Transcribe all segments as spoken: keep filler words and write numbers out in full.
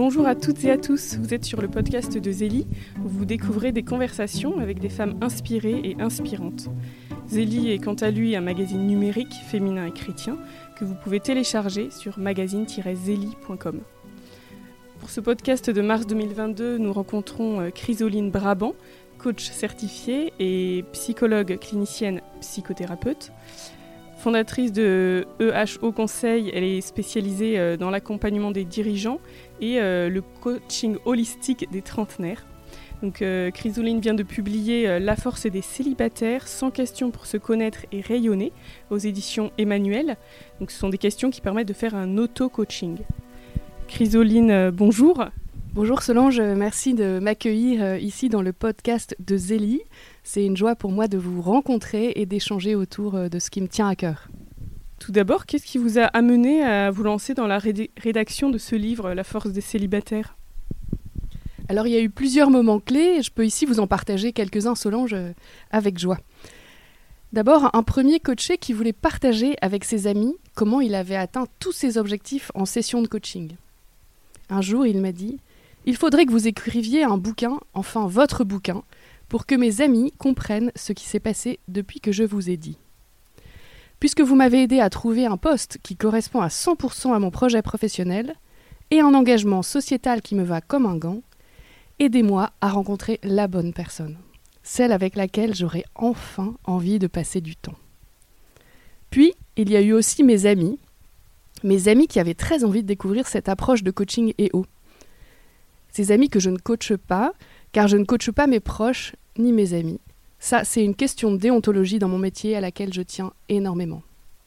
Bonjour à toutes et à tous, vous êtes sur le podcast de Zélie, où vous découvrez des conversations avec des femmes inspirées et inspirantes. Zélie est quant à lui un magazine numérique, féminin et chrétien, que vous pouvez télécharger sur magazine tiret zélie point com. Pour ce podcast de mars deux mille vingt-deux, nous rencontrons Chrysoline Brabant, coach certifiée et psychologue clinicienne psychothérapeute. Fondatrice de E H O Conseil, elle est spécialisée dans l'accompagnement des dirigeants et le coaching holistique des trentenaires. Donc, euh, Chrysoline vient de publier euh, La force des célibataires, cent questions pour se connaître et rayonner, aux éditions Emmanuel. Donc, ce sont des questions qui permettent de faire un auto-coaching. Chrysoline, euh, bonjour. Bonjour Solange, merci de m'accueillir euh, ici dans le podcast de Zélie. C'est une joie pour moi de vous rencontrer et d'échanger autour euh, de ce qui me tient à cœur. Tout d'abord, qu'est-ce qui vous a amené à vous lancer dans la réd- rédaction de ce livre, La force des célibataires ? Alors il y a eu plusieurs moments clés, et je peux ici vous en partager quelques-uns, Solange, euh, avec joie. D'abord, un premier coaché qui voulait partager avec ses amis comment il avait atteint tous ses objectifs en session de coaching. Un jour, il m'a dit « Il faudrait que vous écriviez un bouquin, enfin votre bouquin, pour que mes amis comprennent ce qui s'est passé depuis que je vous ai dit. Puisque vous m'avez aidé à trouver un poste qui correspond à cent pour cent à mon projet professionnel et un engagement sociétal qui me va comme un gant, aidez-moi à rencontrer la bonne personne, celle avec laquelle j'aurai enfin envie de passer du temps. » Puis, il y a eu aussi mes amis, mes amis qui avaient très envie de découvrir cette approche de coaching E O. Ces amis que je ne coache pas, car je ne coache pas mes proches ni mes amis. Ça, c'est une question de déontologie dans mon métier à laquelle je tiens énormément.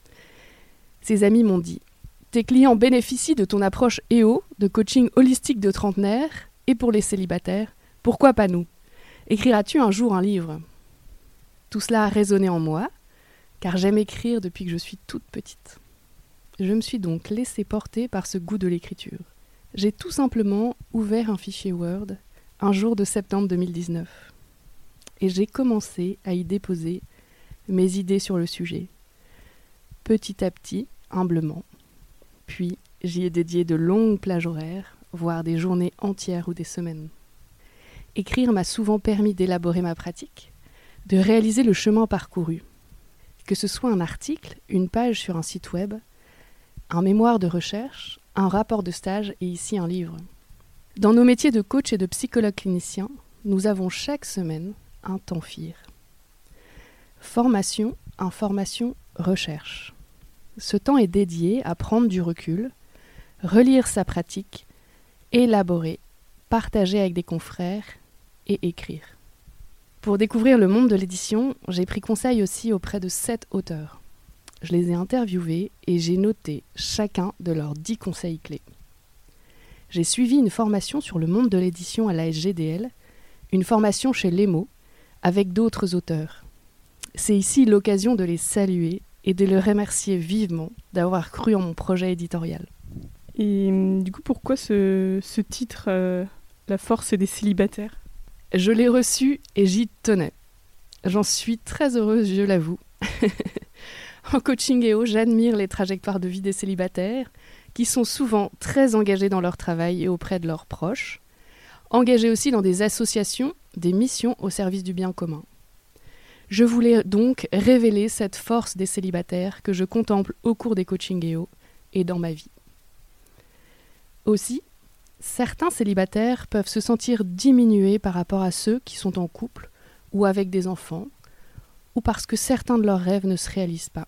Ces amis m'ont dit « Tes clients bénéficient de ton approche E O, de coaching holistique de trentenaire, et pour les célibataires, pourquoi pas nous ? Écriras-tu un jour un livre ?» Tout cela a résonné en moi, car j'aime écrire depuis que je suis toute petite. Je me suis donc laissée porter par ce goût de l'écriture. J'ai tout simplement ouvert un fichier Word un jour de septembre deux mille dix-neuf. Et j'ai commencé à y déposer mes idées sur le sujet. Petit à petit, humblement. Puis, j'y ai dédié de longues plages horaires, voire des journées entières ou des semaines. Écrire m'a souvent permis d'élaborer ma pratique, de réaliser le chemin parcouru. Que ce soit un article, une page sur un site web, un mémoire de recherche, un rapport de stage et ici un livre. Dans nos métiers de coach et de psychologue clinicien, nous avons chaque semaine un temps F I R. Formation, information, recherche. Ce temps est dédié à prendre du recul, relire sa pratique, élaborer, partager avec des confrères et écrire. Pour découvrir le monde de l'édition, j'ai pris conseil aussi auprès de sept auteurs. Je les ai interviewés et j'ai noté chacun de leurs dix conseils clés. J'ai suivi une formation sur le monde de l'édition à l'A S G D L, une formation chez Lemo, avec d'autres auteurs. C'est ici l'occasion de les saluer et de les remercier vivement d'avoir cru en mon projet éditorial. Et du coup, pourquoi ce, ce titre, euh, La force des célibataires ? Je l'ai reçu et j'y tenais. J'en suis très heureuse, je l'avoue. En coaching E O, j'admire les trajectoires de vie des célibataires qui sont souvent très engagés dans leur travail et auprès de leurs proches, engagés aussi dans des associations, des missions au service du bien commun. Je voulais donc révéler cette force des célibataires que je contemple au cours des coachings E O et dans ma vie. Aussi, certains célibataires peuvent se sentir diminués par rapport à ceux qui sont en couple ou avec des enfants, ou parce que certains de leurs rêves ne se réalisent pas.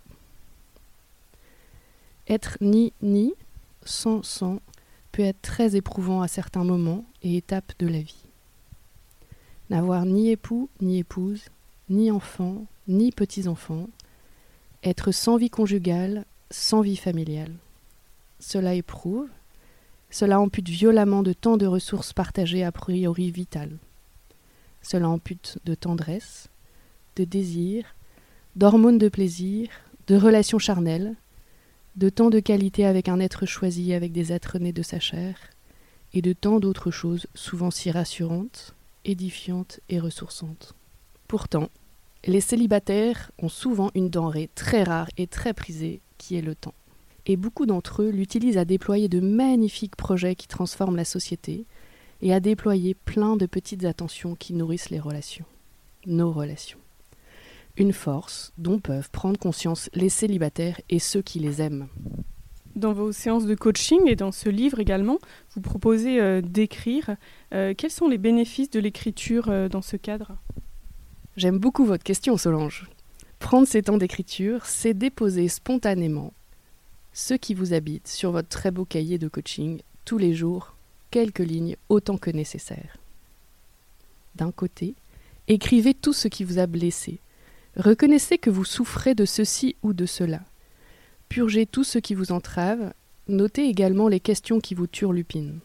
Être ni-ni, sans-sans, peut être très éprouvant à certains moments et étapes de la vie. N'avoir ni époux, ni épouse, ni enfants, ni petits-enfants, être sans vie conjugale, sans vie familiale. Cela éprouve, cela ampute violemment de tant de ressources partagées a priori vitales. Cela ampute de tendresse, de désir, d'hormones de plaisir, de relations charnelles, de tant de qualités avec un être choisi avec des êtres nés de sa chair, et de tant d'autres choses souvent si rassurantes, édifiantes et ressourçantes. Pourtant, les célibataires ont souvent une denrée très rare et très prisée qui est le temps. et beaucoup d'entre eux l'utilisent à déployer de magnifiques projets qui transforment la société et à déployer plein de petites attentions qui nourrissent les relations, nos relations. Une force dont peuvent prendre conscience les célibataires et ceux qui les aiment. Dans vos séances de coaching et dans ce livre également, vous proposez euh, d'écrire. Euh, quels sont les bénéfices de l'écriture euh, dans ce cadre ? J'aime beaucoup votre question, Solange. Prendre ces temps d'écriture, c'est déposer spontanément ce qui vous habite sur votre très beau cahier de coaching, tous les jours, quelques lignes autant que nécessaire. D'un côté, écrivez tout ce qui vous a blessé. Reconnaissez que vous souffrez de ceci ou de cela. Purgez tout ce qui vous entrave. Notez également les questions qui vous turlupinent.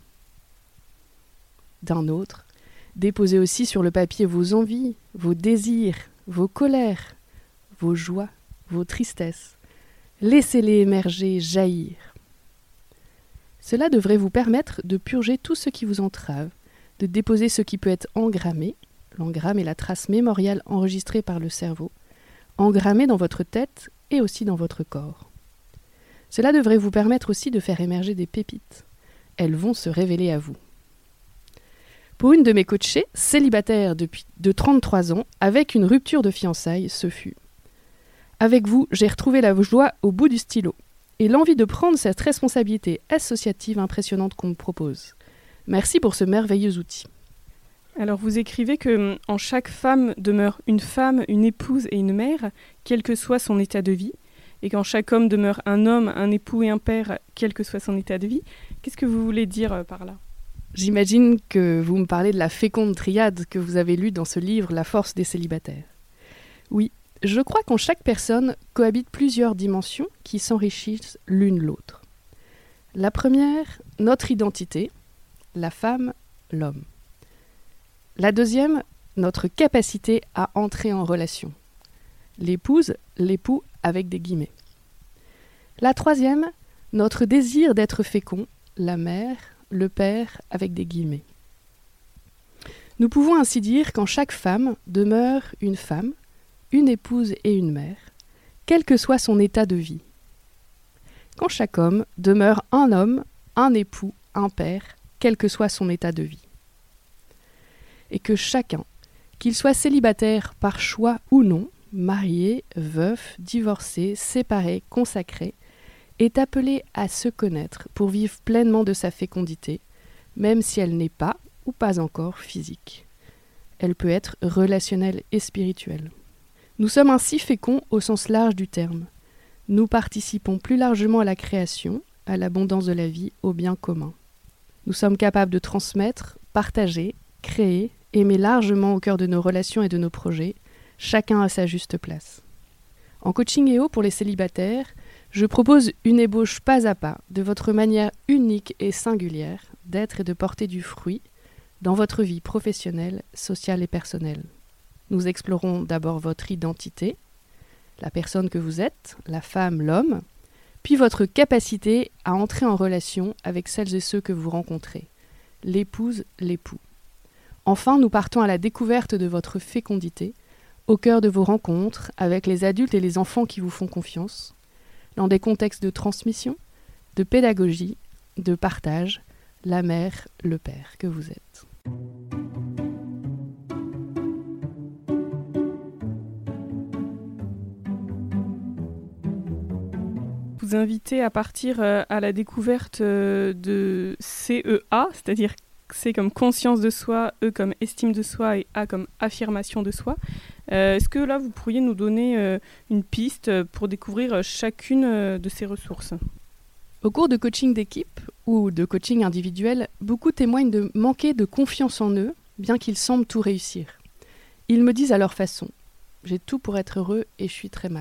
D'un autre, déposez aussi sur le papier vos envies, vos désirs, vos colères, vos joies, vos tristesses. Laissez-les émerger, jaillir. Cela devrait vous permettre de purger tout ce qui vous entrave, de déposer ce qui peut être engrammé. L'engramme est la trace mémoriale enregistrée par le cerveau, engrammée dans votre tête et aussi dans votre corps. Cela devrait vous permettre aussi de faire émerger des pépites. Elles vont se révéler à vous. Pour une de mes coachées, célibataire depuis de trente-trois ans, avec une rupture de fiançailles, ce fut. Avec vous, j'ai retrouvé la joie au bout du stylo et l'envie de prendre cette responsabilité associative impressionnante qu'on me propose. Merci pour ce merveilleux outil. Alors vous écrivez que en chaque femme demeure une femme, une épouse et une mère, quel que soit son état de vie, et qu'en chaque homme demeure un homme, un époux et un père, quel que soit son état de vie. Qu'est-ce que vous voulez dire par là ? J'imagine que vous me parlez de la féconde triade que vous avez lue dans ce livre « La force des célibataires ». Oui, je crois qu'en chaque personne cohabitent plusieurs dimensions qui s'enrichissent l'une l'autre. La première, notre identité, la femme, l'homme. La deuxième, notre capacité à entrer en relation. L'épouse, l'époux avec des guillemets. La troisième, notre désir d'être fécond, la mère, le père avec des guillemets. Nous pouvons ainsi dire qu'en chaque femme demeure une femme, une épouse et une mère, quel que soit son état de vie. Qu'en chaque homme demeure un homme, un époux, un père, quel que soit son état de vie. Et que chacun, qu'il soit célibataire par choix ou non, marié, veuf, divorcé, séparé, consacré, est appelé à se connaître pour vivre pleinement de sa fécondité, même si elle n'est pas, ou pas encore, physique. Elle peut être relationnelle et spirituelle. Nous sommes ainsi féconds au sens large du terme. Nous participons plus largement à la création, à l'abondance de la vie, au bien commun. Nous sommes capables de transmettre, partager, créer, aimer largement au cœur de nos relations et de nos projets, chacun à sa juste place. En coaching E O pour les célibataires, je propose une ébauche pas à pas de votre manière unique et singulière d'être et de porter du fruit dans votre vie professionnelle, sociale et personnelle. Nous explorons d'abord votre identité, la personne que vous êtes, la femme, l'homme, puis votre capacité à entrer en relation avec celles et ceux que vous rencontrez, l'épouse, l'époux. Enfin, nous partons à la découverte de votre fécondité, au cœur de vos rencontres avec les adultes et les enfants qui vous font confiance, dans des contextes de transmission, de pédagogie, de partage, la mère, le père que vous êtes. Vous invitez à partir à la découverte de C E A, c'est-à-dire C comme conscience de soi, E comme estime de soi et A comme affirmation de soi. Euh, est-ce que là, vous pourriez nous donner euh, une piste pour découvrir chacune euh, de ces ressources ? Au cours de coaching d'équipe ou de coaching individuel, beaucoup témoignent de manquer de confiance en eux, bien qu'ils semblent tout réussir. Ils me disent à leur façon « J'ai tout pour être heureux et je suis très mal ».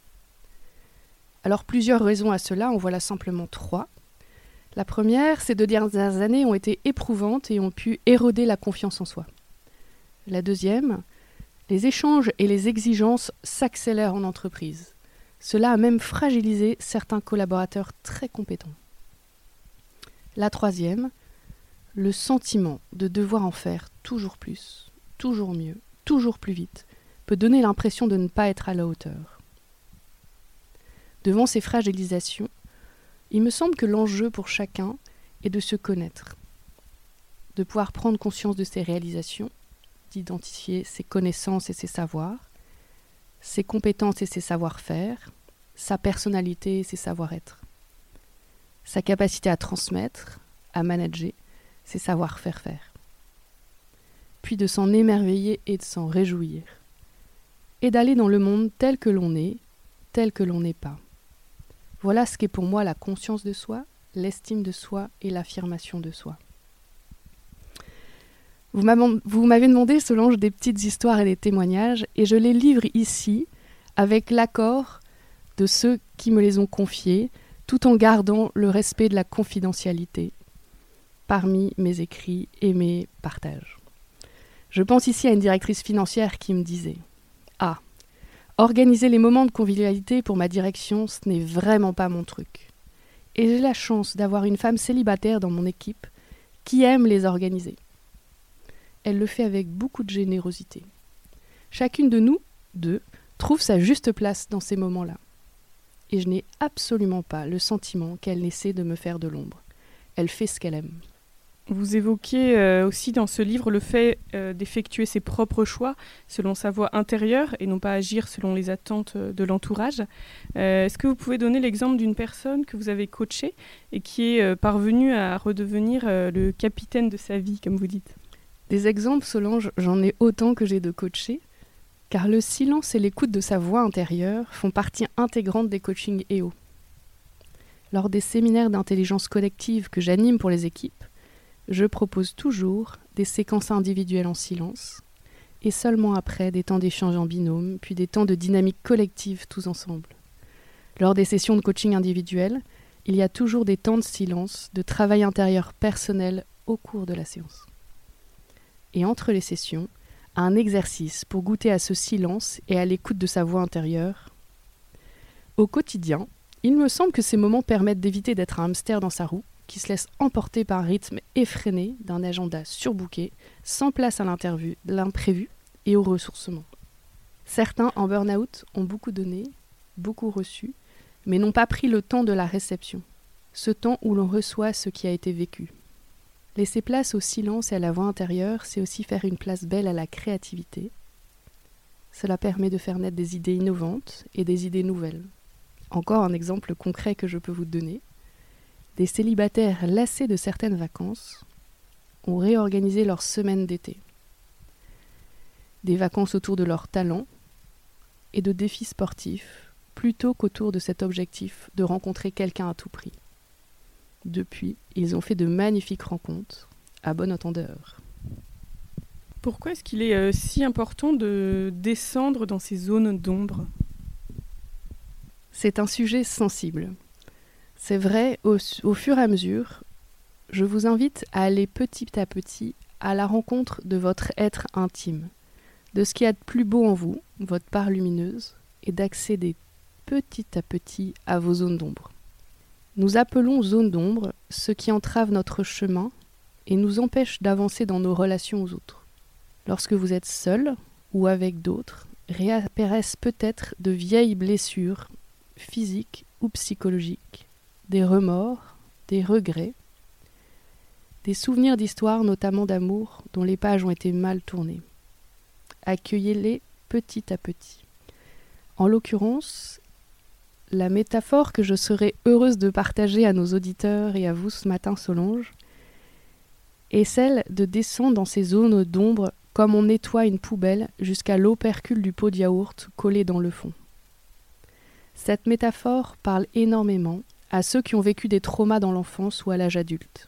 Alors plusieurs raisons à cela, en voilà simplement trois. La première, ces deux dernières années ont été éprouvantes et ont pu éroder la confiance en soi. La deuxième, les échanges et les exigences s'accélèrent en entreprise. Cela a même fragilisé certains collaborateurs très compétents. La troisième, le sentiment de devoir en faire toujours plus, toujours mieux, toujours plus vite, peut donner l'impression de ne pas être à la hauteur. Devant ces fragilisations, Il me semble que l'enjeu pour chacun est de se connaître, de pouvoir prendre conscience de ses réalisations, d'identifier ses connaissances et ses savoirs, ses compétences et ses savoir-faire, sa personnalité et ses savoir-être, sa capacité à transmettre, à manager, ses savoir-faire faire, puis de s'en émerveiller et de s'en réjouir, et d'aller dans le monde tel que l'on est, tel que l'on n'est pas. Voilà ce qu'est pour moi la conscience de soi, l'estime de soi et l'affirmation de soi. Vous m'avez demandé, Solange, des petites histoires et des témoignages, et je les livre ici avec l'accord de ceux qui me les ont confiés, tout en gardant le respect de la confidentialité parmi mes écrits et mes partages. Je pense ici à une directrice financière qui me disait « Ah, organiser les moments de convivialité pour ma direction, ce n'est vraiment pas mon truc. Et j'ai la chance d'avoir une femme célibataire dans mon équipe qui aime les organiser. Elle le fait avec beaucoup de générosité. Chacune de nous, deux, trouve sa juste place dans ces moments-là. Et je n'ai absolument pas le sentiment qu'elle essaie de me faire de l'ombre. Elle fait ce qu'elle aime. » Vous évoquez euh, aussi dans ce livre le fait euh, d'effectuer ses propres choix selon sa voie intérieure et non pas agir selon les attentes de l'entourage. Euh, est-ce que vous pouvez donner l'exemple d'une personne que vous avez coachée et qui est euh, parvenue à redevenir euh, le capitaine de sa vie, comme vous dites ? Des exemples, Solange, j'en ai autant que j'ai de coachés, car le silence et l'écoute de sa voix intérieure font partie intégrante des coachings E O. Lors des séminaires d'intelligence collective que j'anime pour les équipes, je propose toujours des séquences individuelles en silence, et seulement après des temps d'échange en binôme, puis des temps de dynamique collective tous ensemble. Lors des sessions de coaching individuelles, il y a toujours des temps de silence, de travail intérieur personnel au cours de la séance. Et entre les sessions, un exercice pour goûter à ce silence et à l'écoute de sa voix intérieure. Au quotidien, il me semble que ces moments permettent d'éviter d'être un hamster dans sa roue, qui se laisse emporter par un rythme effréné d'un agenda surbooké, sans place à l'interview, l'imprévu et au ressourcement. Certains en burn-out ont beaucoup donné, beaucoup reçu, mais n'ont pas pris le temps de la réception, ce temps où l'on reçoit ce qui a été vécu. Laisser place au silence et à la voix intérieure, c'est aussi faire une place belle à la créativité. Cela permet de faire naître des idées innovantes et des idées nouvelles. Encore un exemple concret que je peux vous donner. Des célibataires lassés de certaines vacances ont réorganisé leur semaine d'été. Des vacances autour de leurs talents et de défis sportifs, plutôt qu'autour de cet objectif de rencontrer quelqu'un à tout prix. Depuis, ils ont fait de magnifiques rencontres, à bon entendeur. Pourquoi est-ce qu'il est euh, si important de descendre dans ces zones d'ombre ? C'est un sujet sensible. C'est vrai, au, au fur et à mesure, je vous invite à aller petit à petit à la rencontre de votre être intime, de ce qu'il y a de plus beau en vous, votre part lumineuse, et d'accéder petit à petit à vos zones d'ombre. Nous appelons zones d'ombre ce qui entrave notre chemin et nous empêche d'avancer dans nos relations aux autres. Lorsque vous êtes seul ou avec d'autres, réapparaissent peut-être de vieilles blessures physiques ou psychologiques, des remords, des regrets, des souvenirs d'histoire, notamment d'amour, dont les pages ont été mal tournées. Accueillez-les petit à petit. En l'occurrence, la métaphore que je serais heureuse de partager à nos auditeurs et à vous ce matin, Solange, est celle de descendre dans ces zones d'ombre comme on nettoie une poubelle jusqu'à l'opercule du pot de yaourt collé dans le fond. Cette métaphore parle énormément à ceux qui ont vécu des traumas dans l'enfance ou à l'âge adulte.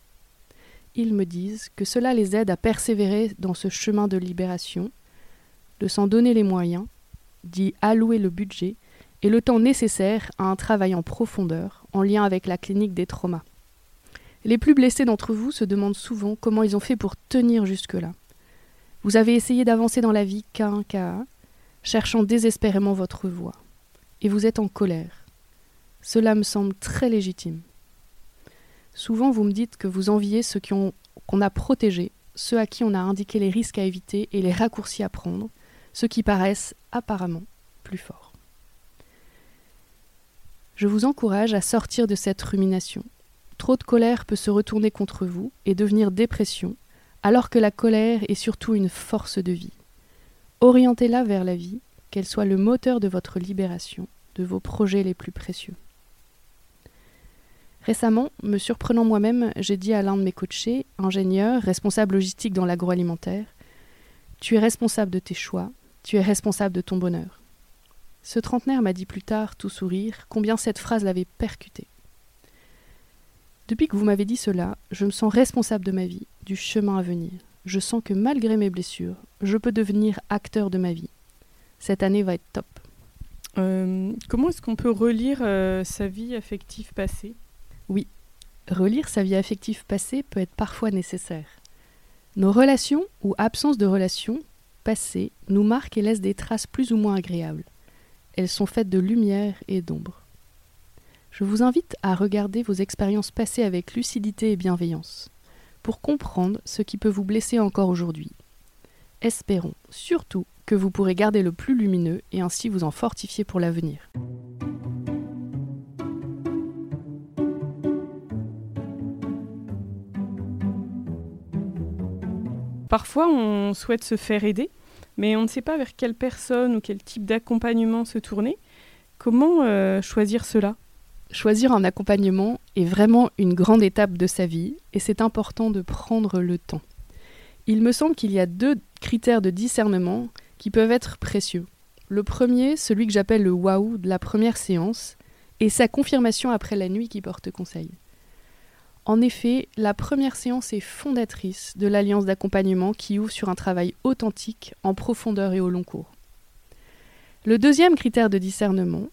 Ils me disent que cela les aide à persévérer dans ce chemin de libération, de s'en donner les moyens, d'y allouer le budget et le temps nécessaire à un travail en profondeur en lien avec la clinique des traumas. Les plus blessés d'entre vous se demandent souvent comment ils ont fait pour tenir jusque-là. Vous avez essayé d'avancer dans la vie qu'à un qu'à un, cherchant désespérément votre voie. Et vous êtes en colère. Cela me semble très légitime. Souvent, vous me dites que vous enviez ceux qui ont, qu'on a protégés, ceux à qui on a indiqué les risques à éviter et les raccourcis à prendre, ceux qui paraissent apparemment plus forts. Je vous encourage à sortir de cette rumination. Trop de colère peut se retourner contre vous et devenir dépression, alors que la colère est surtout une force de vie. Orientez-la vers la vie, qu'elle soit le moteur de votre libération, de vos projets les plus précieux. Récemment, me surprenant moi-même, j'ai dit à l'un de mes coachés, ingénieur, responsable logistique dans l'agroalimentaire, « Tu es responsable de tes choix, tu es responsable de ton bonheur. » Ce trentenaire m'a dit plus tard, tout sourire, combien cette phrase l'avait percuté. Depuis que vous m'avez dit cela, je me sens responsable de ma vie, du chemin à venir. Je sens que malgré mes blessures, je peux devenir acteur de ma vie. Cette année va être top. Euh, comment est-ce qu'on peut relire euh, sa vie affective passée ? Oui, relire sa vie affective passée peut être parfois nécessaire. Nos relations ou absence de relations passées nous marquent et laissent des traces plus ou moins agréables. Elles sont faites de lumière et d'ombre. Je vous invite à regarder vos expériences passées avec lucidité et bienveillance, pour comprendre ce qui peut vous blesser encore aujourd'hui. Espérons surtout que vous pourrez garder le plus lumineux et ainsi vous en fortifier pour l'avenir. Parfois, on souhaite se faire aider, mais on ne sait pas vers quelle personne ou quel type d'accompagnement se tourner. Comment euh, choisir cela ? Choisir un accompagnement est vraiment une grande étape de sa vie et c'est important de prendre le temps. Il me semble qu'il y a deux critères de discernement qui peuvent être précieux. Le premier, celui que j'appelle le waouh de la première séance, et sa confirmation après la nuit qui porte conseil. En effet, la première séance est fondatrice de l'alliance d'accompagnement qui ouvre sur un travail authentique, en profondeur et au long cours. Le deuxième critère de discernement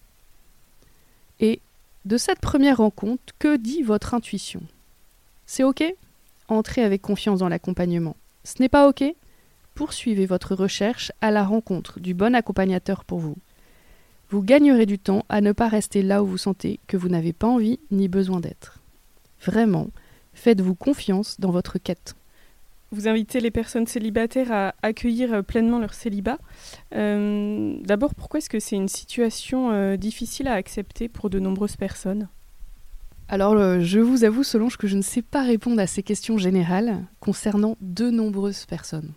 est de cette première rencontre, que dit votre intuition ? C'est OK ? Entrez avec confiance dans l'accompagnement. Ce n'est pas OK ? Poursuivez votre recherche à la rencontre du bon accompagnateur pour vous. Vous gagnerez du temps à ne pas rester là où vous sentez que vous n'avez pas envie ni besoin d'être. Vraiment, faites-vous confiance dans votre quête. Vous invitez les personnes célibataires à accueillir pleinement leur célibat. Euh, d'abord, pourquoi est-ce que c'est une situation euh, difficile à accepter pour de nombreuses personnes ? Alors, euh, je vous avoue, Solange, que je ne sais pas répondre à ces questions générales concernant de nombreuses personnes.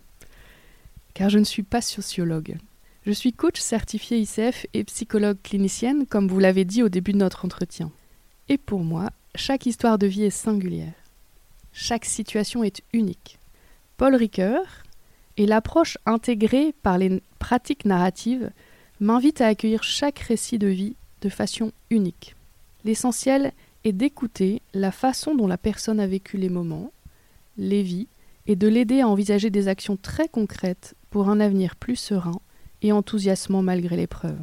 Car je ne suis pas sociologue. Je suis coach certifié I C F et psychologue clinicienne, comme vous l'avez dit au début de notre entretien. Et pour moi, chaque histoire de vie est singulière. Chaque situation est unique. Paul Ricoeur et l'approche intégrée par les pratiques narratives m'invitent à accueillir chaque récit de vie de façon unique. L'essentiel est d'écouter la façon dont la personne a vécu les moments, les vies, et de l'aider à envisager des actions très concrètes pour un avenir plus serein et enthousiasmant malgré l'épreuve.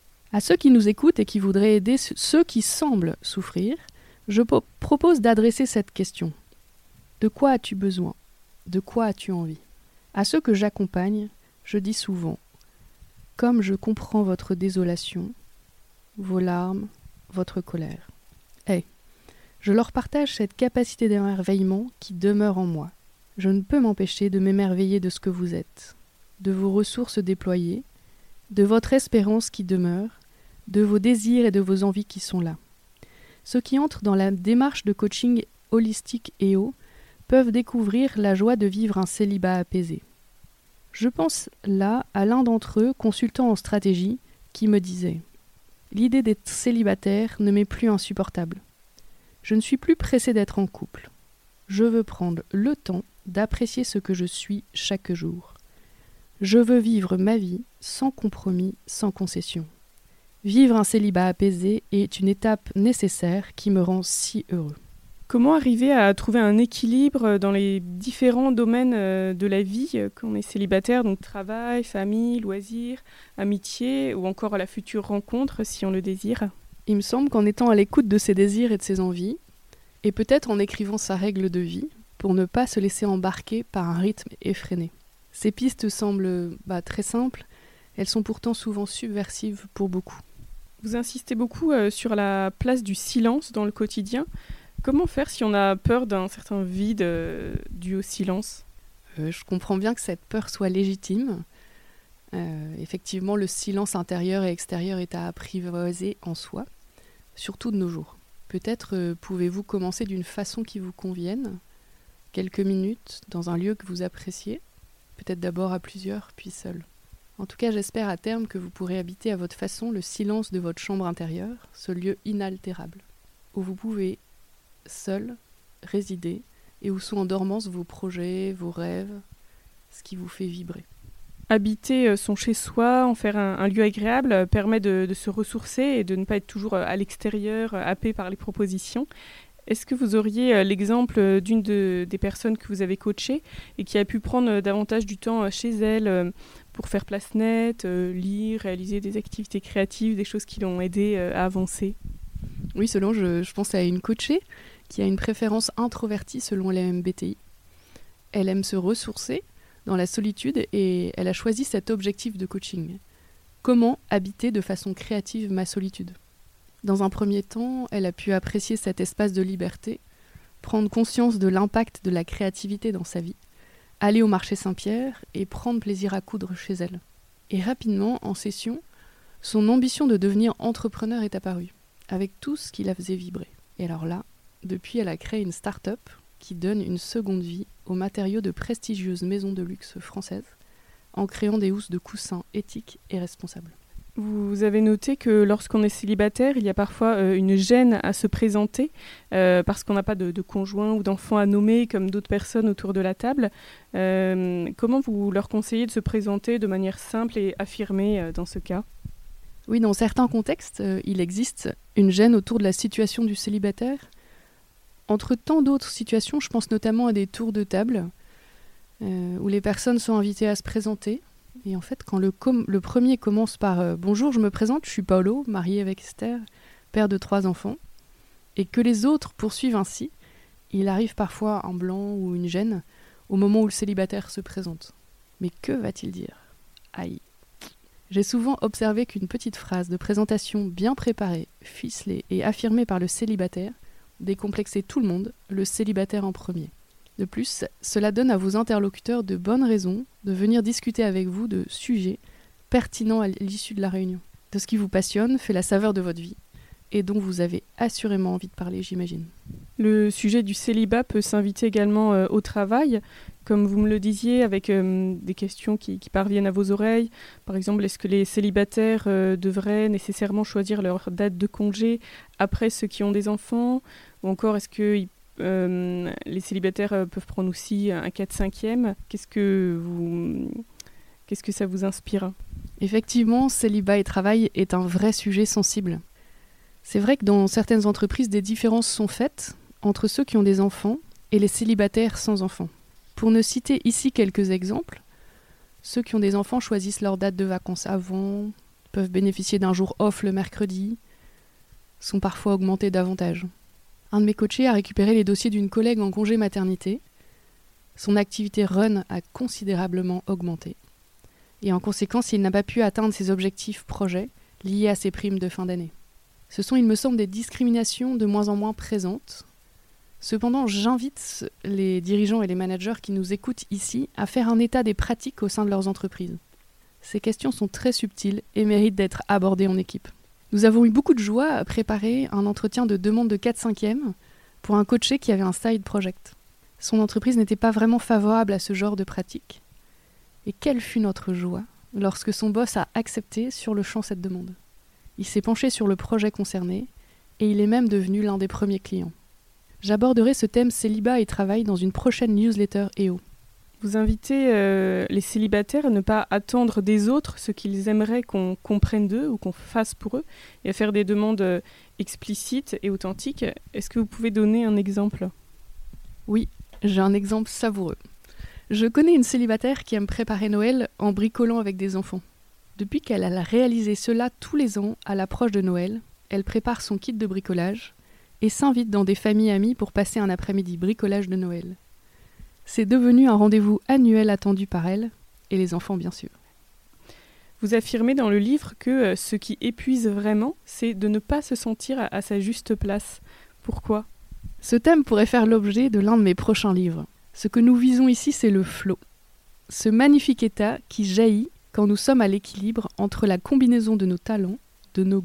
À ceux qui nous écoutent et qui voudraient aider ceux qui semblent souffrir, je po- propose d'adresser cette question. De quoi as-tu besoin ? De quoi as-tu envie ? À ceux que j'accompagne, je dis souvent « Comme je comprends votre désolation, vos larmes, votre colère. » Hey, je leur partage cette capacité d'émerveillement qui demeure en moi. Je ne peux m'empêcher de m'émerveiller de ce que vous êtes, de vos ressources déployées, de votre espérance qui demeure, de vos désirs et de vos envies qui sont là. Ceux qui entrent dans la démarche de coaching holistique E O peuvent découvrir la joie de vivre un célibat apaisé. Je pense là à l'un d'entre eux, consultant en stratégie, qui me disait « L'idée d'être célibataire ne m'est plus insupportable. Je ne suis plus pressé d'être en couple. Je veux prendre le temps d'apprécier ce que je suis chaque jour. Je veux vivre ma vie sans compromis, sans concession. Vivre un célibat apaisé est une étape nécessaire qui me rend si heureux. » Comment arriver à trouver un équilibre dans les différents domaines de la vie quand on est célibataire, donc travail, famille, loisirs, amitié ou encore la future rencontre si on le désire ? Il me semble qu'en étant à l'écoute de ses désirs et de ses envies, et peut-être en écrivant sa règle de vie, pour ne pas se laisser embarquer par un rythme effréné. Ces pistes semblent bah, très simples, elles sont pourtant souvent subversives pour beaucoup. Vous insistez beaucoup euh, sur la place du silence dans le quotidien. Comment faire si on a peur d'un certain vide euh, dû au silence ? euh, Je comprends bien que cette peur soit légitime. Euh, effectivement, le silence intérieur et extérieur est à apprivoiser en soi. surtout de nos jours. Peut-être euh, pouvez-vous commencer d'une façon qui vous convienne, quelques minutes, dans un lieu que vous appréciez, peut-être d'abord à plusieurs, puis seul. En tout cas, j'espère à terme que vous pourrez habiter à votre façon le silence de votre chambre intérieure, ce lieu inaltérable, où vous pouvez, seul, résider, et où sont en dormance vos projets, vos rêves, ce qui vous fait vibrer. Habiter son chez-soi, en faire un, un lieu agréable, permet de, de se ressourcer et de ne pas être toujours à l'extérieur, happé par les propositions. Est-ce que vous auriez l'exemple d'une de, des personnes que vous avez coachées et qui a pu prendre davantage du temps chez elle pour faire place nette, lire, réaliser des activités créatives, des choses qui l'ont aidé à avancer? Oui, selon, je, je pense à une coachée qui a une préférence introvertie selon les M B T I. Elle aime se ressourcer dans la solitude et elle a choisi cet objectif de coaching. Comment habiter de façon créative ma solitude ? Dans un premier temps, elle a pu apprécier cet espace de liberté, prendre conscience de l'impact de la créativité dans sa vie, aller au marché Saint-Pierre et prendre plaisir à coudre chez elle. Et rapidement, en session, son ambition de devenir entrepreneur est apparue, avec tout ce qui la faisait vibrer. Et alors là, depuis, elle a créé une start-up qui donne une seconde vie aux matériaux de prestigieuses maisons de luxe françaises, en créant des housses de coussins éthiques et responsables. Vous avez noté que lorsqu'on est célibataire, il y a parfois euh, une gêne à se présenter euh, parce qu'on n'a pas de, de conjoint ou d'enfant à nommer comme d'autres personnes autour de la table. Euh, comment vous leur conseillez de se présenter de manière simple et affirmée euh, dans ce cas ? Oui, dans certains contextes, euh, il existe une gêne autour de la situation du célibataire. Entre tant d'autres situations, je pense notamment à des tours de table euh, où les personnes sont invitées à se présenter. Et en fait, quand le, com- le premier commence par euh, « Bonjour, je me présente, je suis Paolo, marié avec Esther, père de trois enfants », et que les autres poursuivent ainsi, il arrive parfois un blanc ou une gêne au moment où le célibataire se présente. Mais que va-t-il dire ? Aïe. J'ai souvent observé qu'une petite phrase de présentation bien préparée, ficelée et affirmée par le célibataire décomplexait tout le monde, le célibataire en premier. De plus, cela donne à vos interlocuteurs de bonnes raisons de venir discuter avec vous de sujets pertinents à l'issue de la réunion, de ce qui vous passionne, fait la saveur de votre vie, et dont vous avez assurément envie de parler, j'imagine. Le sujet du célibat peut s'inviter également euh, au travail, comme vous me le disiez, avec euh, des questions qui, qui parviennent à vos oreilles. Par exemple, est-ce que les célibataires euh, devraient nécessairement choisir leur date de congé après ceux qui ont des enfants ? Ou encore, est-ce que euh, les célibataires euh, peuvent prendre aussi un quatre cinquième ? Qu'est-ce que vous, qu'est-ce que ça vous inspire ? Effectivement, célibat et travail est un vrai sujet sensible. C'est vrai que dans certaines entreprises, des différences sont faites entre ceux qui ont des enfants et les célibataires sans enfants. Pour ne citer ici quelques exemples, ceux qui ont des enfants choisissent leur date de vacances avant, peuvent bénéficier d'un jour off le mercredi, sont parfois augmentés davantage. Un de mes coachés a récupéré les dossiers d'une collègue en congé maternité. Son activité run a considérablement augmenté. Et en conséquence, il n'a pas pu atteindre ses objectifs projets liés à ses primes de fin d'année. Ce sont, il me semble, des discriminations de moins en moins présentes. Cependant, j'invite les dirigeants et les managers qui nous écoutent ici à faire un état des pratiques au sein de leurs entreprises. Ces questions sont très subtiles et méritent d'être abordées en équipe. Nous avons eu beaucoup de joie à préparer un entretien de demande de quatre cinquième pour un coaché qui avait un side project. Son entreprise n'était pas vraiment favorable à ce genre de pratique. Et quelle fut notre joie lorsque son boss a accepté sur le champ cette demande. Il s'est penché sur le projet concerné et il est même devenu l'un des premiers clients. J'aborderai ce thème célibat et travail dans une prochaine newsletter E O. Vous invitez euh, les célibataires à ne pas attendre des autres ce qu'ils aimeraient qu'on comprenne d'eux ou qu'on fasse pour eux et à faire des demandes euh, explicites et authentiques. Est-ce que vous pouvez donner un exemple ? Oui, j'ai un exemple savoureux. Je connais une célibataire qui aime préparer Noël en bricolant avec des enfants. Depuis qu'elle a réalisé cela tous les ans à l'approche de Noël, elle prépare son kit de bricolage et s'invite dans des familles amies pour passer un après-midi bricolage de Noël. C'est devenu un rendez-vous annuel attendu par elle et les enfants bien sûr. Vous affirmez dans le livre que euh, ce qui épuise vraiment, c'est de ne pas se sentir à, à sa juste place. Pourquoi ? Ce thème pourrait faire l'objet de l'un de mes prochains livres. Ce que nous visons ici, c'est le flow. Ce magnifique état qui jaillit quand nous sommes à l'équilibre entre la combinaison de nos talents, de nos goûts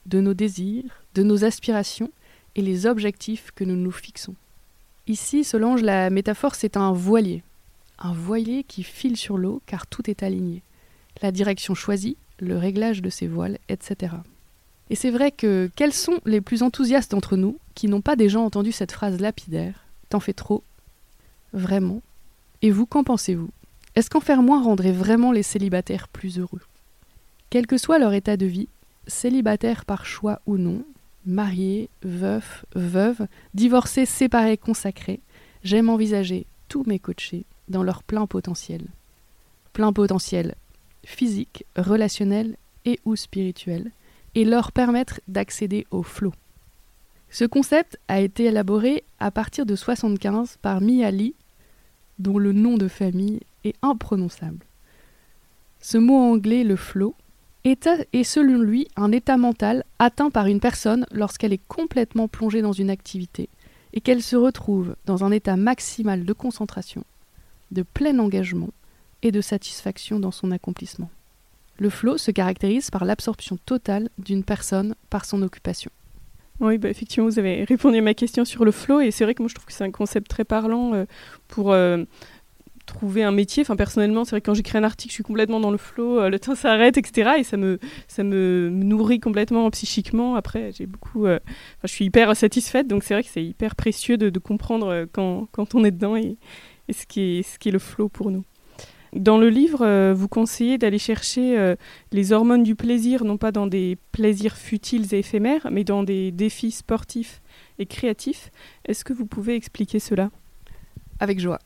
de nos désirs, de nos aspirations et les objectifs que nous nous fixons. Ici, Solange, la métaphore, c'est un voilier. Un voilier qui file sur l'eau car tout est aligné. La direction choisie, le réglage de ses voiles, et cetera. Et c'est vrai que quels sont les plus enthousiastes d'entre nous qui n'ont pas déjà entendu cette phrase lapidaire « T'en fais trop ?» Vraiment. Et vous, qu'en pensez-vous ? Est-ce qu'en faire moins rendrait vraiment les célibataires plus heureux ? Quel que soit leur état de vie, célibataires par choix ou non, mariés, veufs, veuves, divorcés, séparés, consacrés, j'aime envisager tous mes coachés dans leur plein potentiel. Plein potentiel physique, relationnel et ou spirituel, et leur permettre d'accéder au flow. Ce concept a été élaboré à partir de soixante-quinze par Mia Lee, dont le nom de famille est imprononçable. Ce mot anglais, le flow, est, est selon lui un état mental atteint par une personne lorsqu'elle est complètement plongée dans une activité et qu'elle se retrouve dans un état maximal de concentration, de plein engagement et de satisfaction dans son accomplissement. Le flow se caractérise par l'absorption totale d'une personne par son occupation. Oui, bah effectivement, vous avez répondu à ma question sur le flow, et c'est vrai que moi je trouve que c'est un concept très parlant euh, pour euh, trouver un métier. Enfin, personnellement, c'est vrai que quand j'écris un article, je suis complètement dans le flow, euh, le temps s'arrête, et cetera. Et ça me, ça me nourrit complètement psychiquement. Après, j'ai beaucoup, euh, je suis hyper satisfaite, donc c'est vrai que c'est hyper précieux de, de comprendre euh, quand, quand on est dedans et, et ce, qui est, ce qui est le flow pour nous. Dans le livre, euh, vous conseillez d'aller chercher euh, les hormones du plaisir, non pas dans des plaisirs futiles et éphémères, mais dans des défis sportifs et créatifs. Est-ce que vous pouvez expliquer cela ? Avec joie.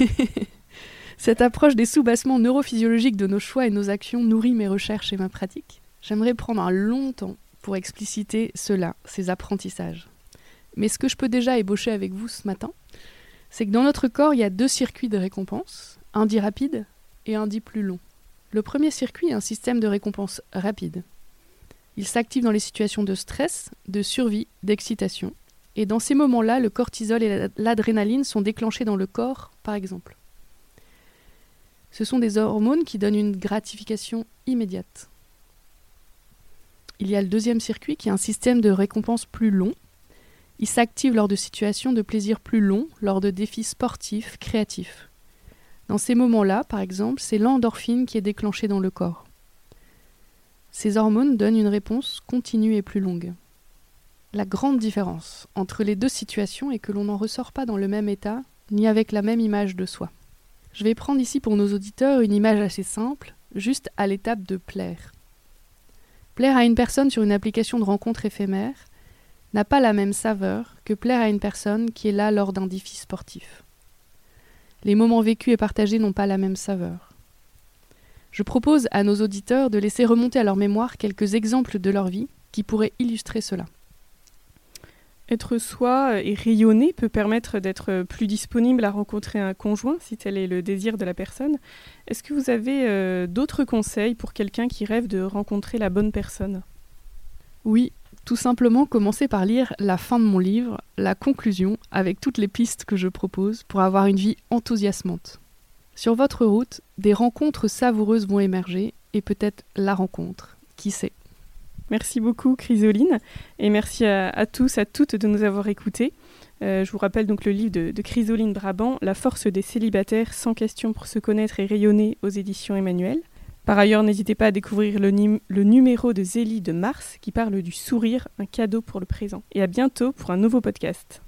Cette approche des soubassements neurophysiologiques de nos choix et nos actions nourrit mes recherches et ma pratique. J'aimerais prendre un long temps pour expliciter cela, ces apprentissages. Mais ce que je peux déjà ébaucher avec vous ce matin, c'est que dans notre corps, il y a deux circuits de récompense, un dit rapide et un dit plus long. Le premier circuit est un système de récompense rapide. Il s'active dans les situations de stress, de survie, d'excitation. Et dans ces moments-là, le cortisol et l'adrénaline sont déclenchés dans le corps, par exemple. Ce sont des hormones qui donnent une gratification immédiate. Il y a le deuxième circuit qui est un système de récompense plus long. Il s'active lors de situations de plaisir plus longs, lors de défis sportifs, créatifs. Dans ces moments-là, par exemple, c'est l'endorphine qui est déclenchée dans le corps. Ces hormones donnent une réponse continue et plus longue. La grande différence entre les deux situations est que l'on n'en ressort pas dans le même état, ni avec la même image de soi. Je vais prendre ici pour nos auditeurs une image assez simple, juste à l'étape de plaire. Plaire à une personne sur une application de rencontre éphémère n'a pas la même saveur que plaire à une personne qui est là lors d'un défi sportif. Les moments vécus et partagés n'ont pas la même saveur. Je propose à nos auditeurs de laisser remonter à leur mémoire quelques exemples de leur vie qui pourraient illustrer cela. Être soi et rayonner peut permettre d'être plus disponible à rencontrer un conjoint, si tel est le désir de la personne. Est-ce que vous avez euh, d'autres conseils pour quelqu'un qui rêve de rencontrer la bonne personne ? Oui, tout simplement commencer par lire la fin de mon livre, la conclusion, avec toutes les pistes que je propose pour avoir une vie enthousiasmante. Sur votre route, des rencontres savoureuses vont émerger, et peut-être la rencontre, qui sait. Merci beaucoup Chrysoline, et merci à, à tous, à toutes de nous avoir écoutés. Euh, je vous rappelle donc le livre de, de Chrysoline Brabant, La force des célibataires, sans question pour se connaître et rayonner, aux éditions Emmanuel. Par ailleurs, n'hésitez pas à découvrir le, nim- le numéro de Zélie de mars qui parle du sourire, un cadeau pour le présent. Et à bientôt pour un nouveau podcast.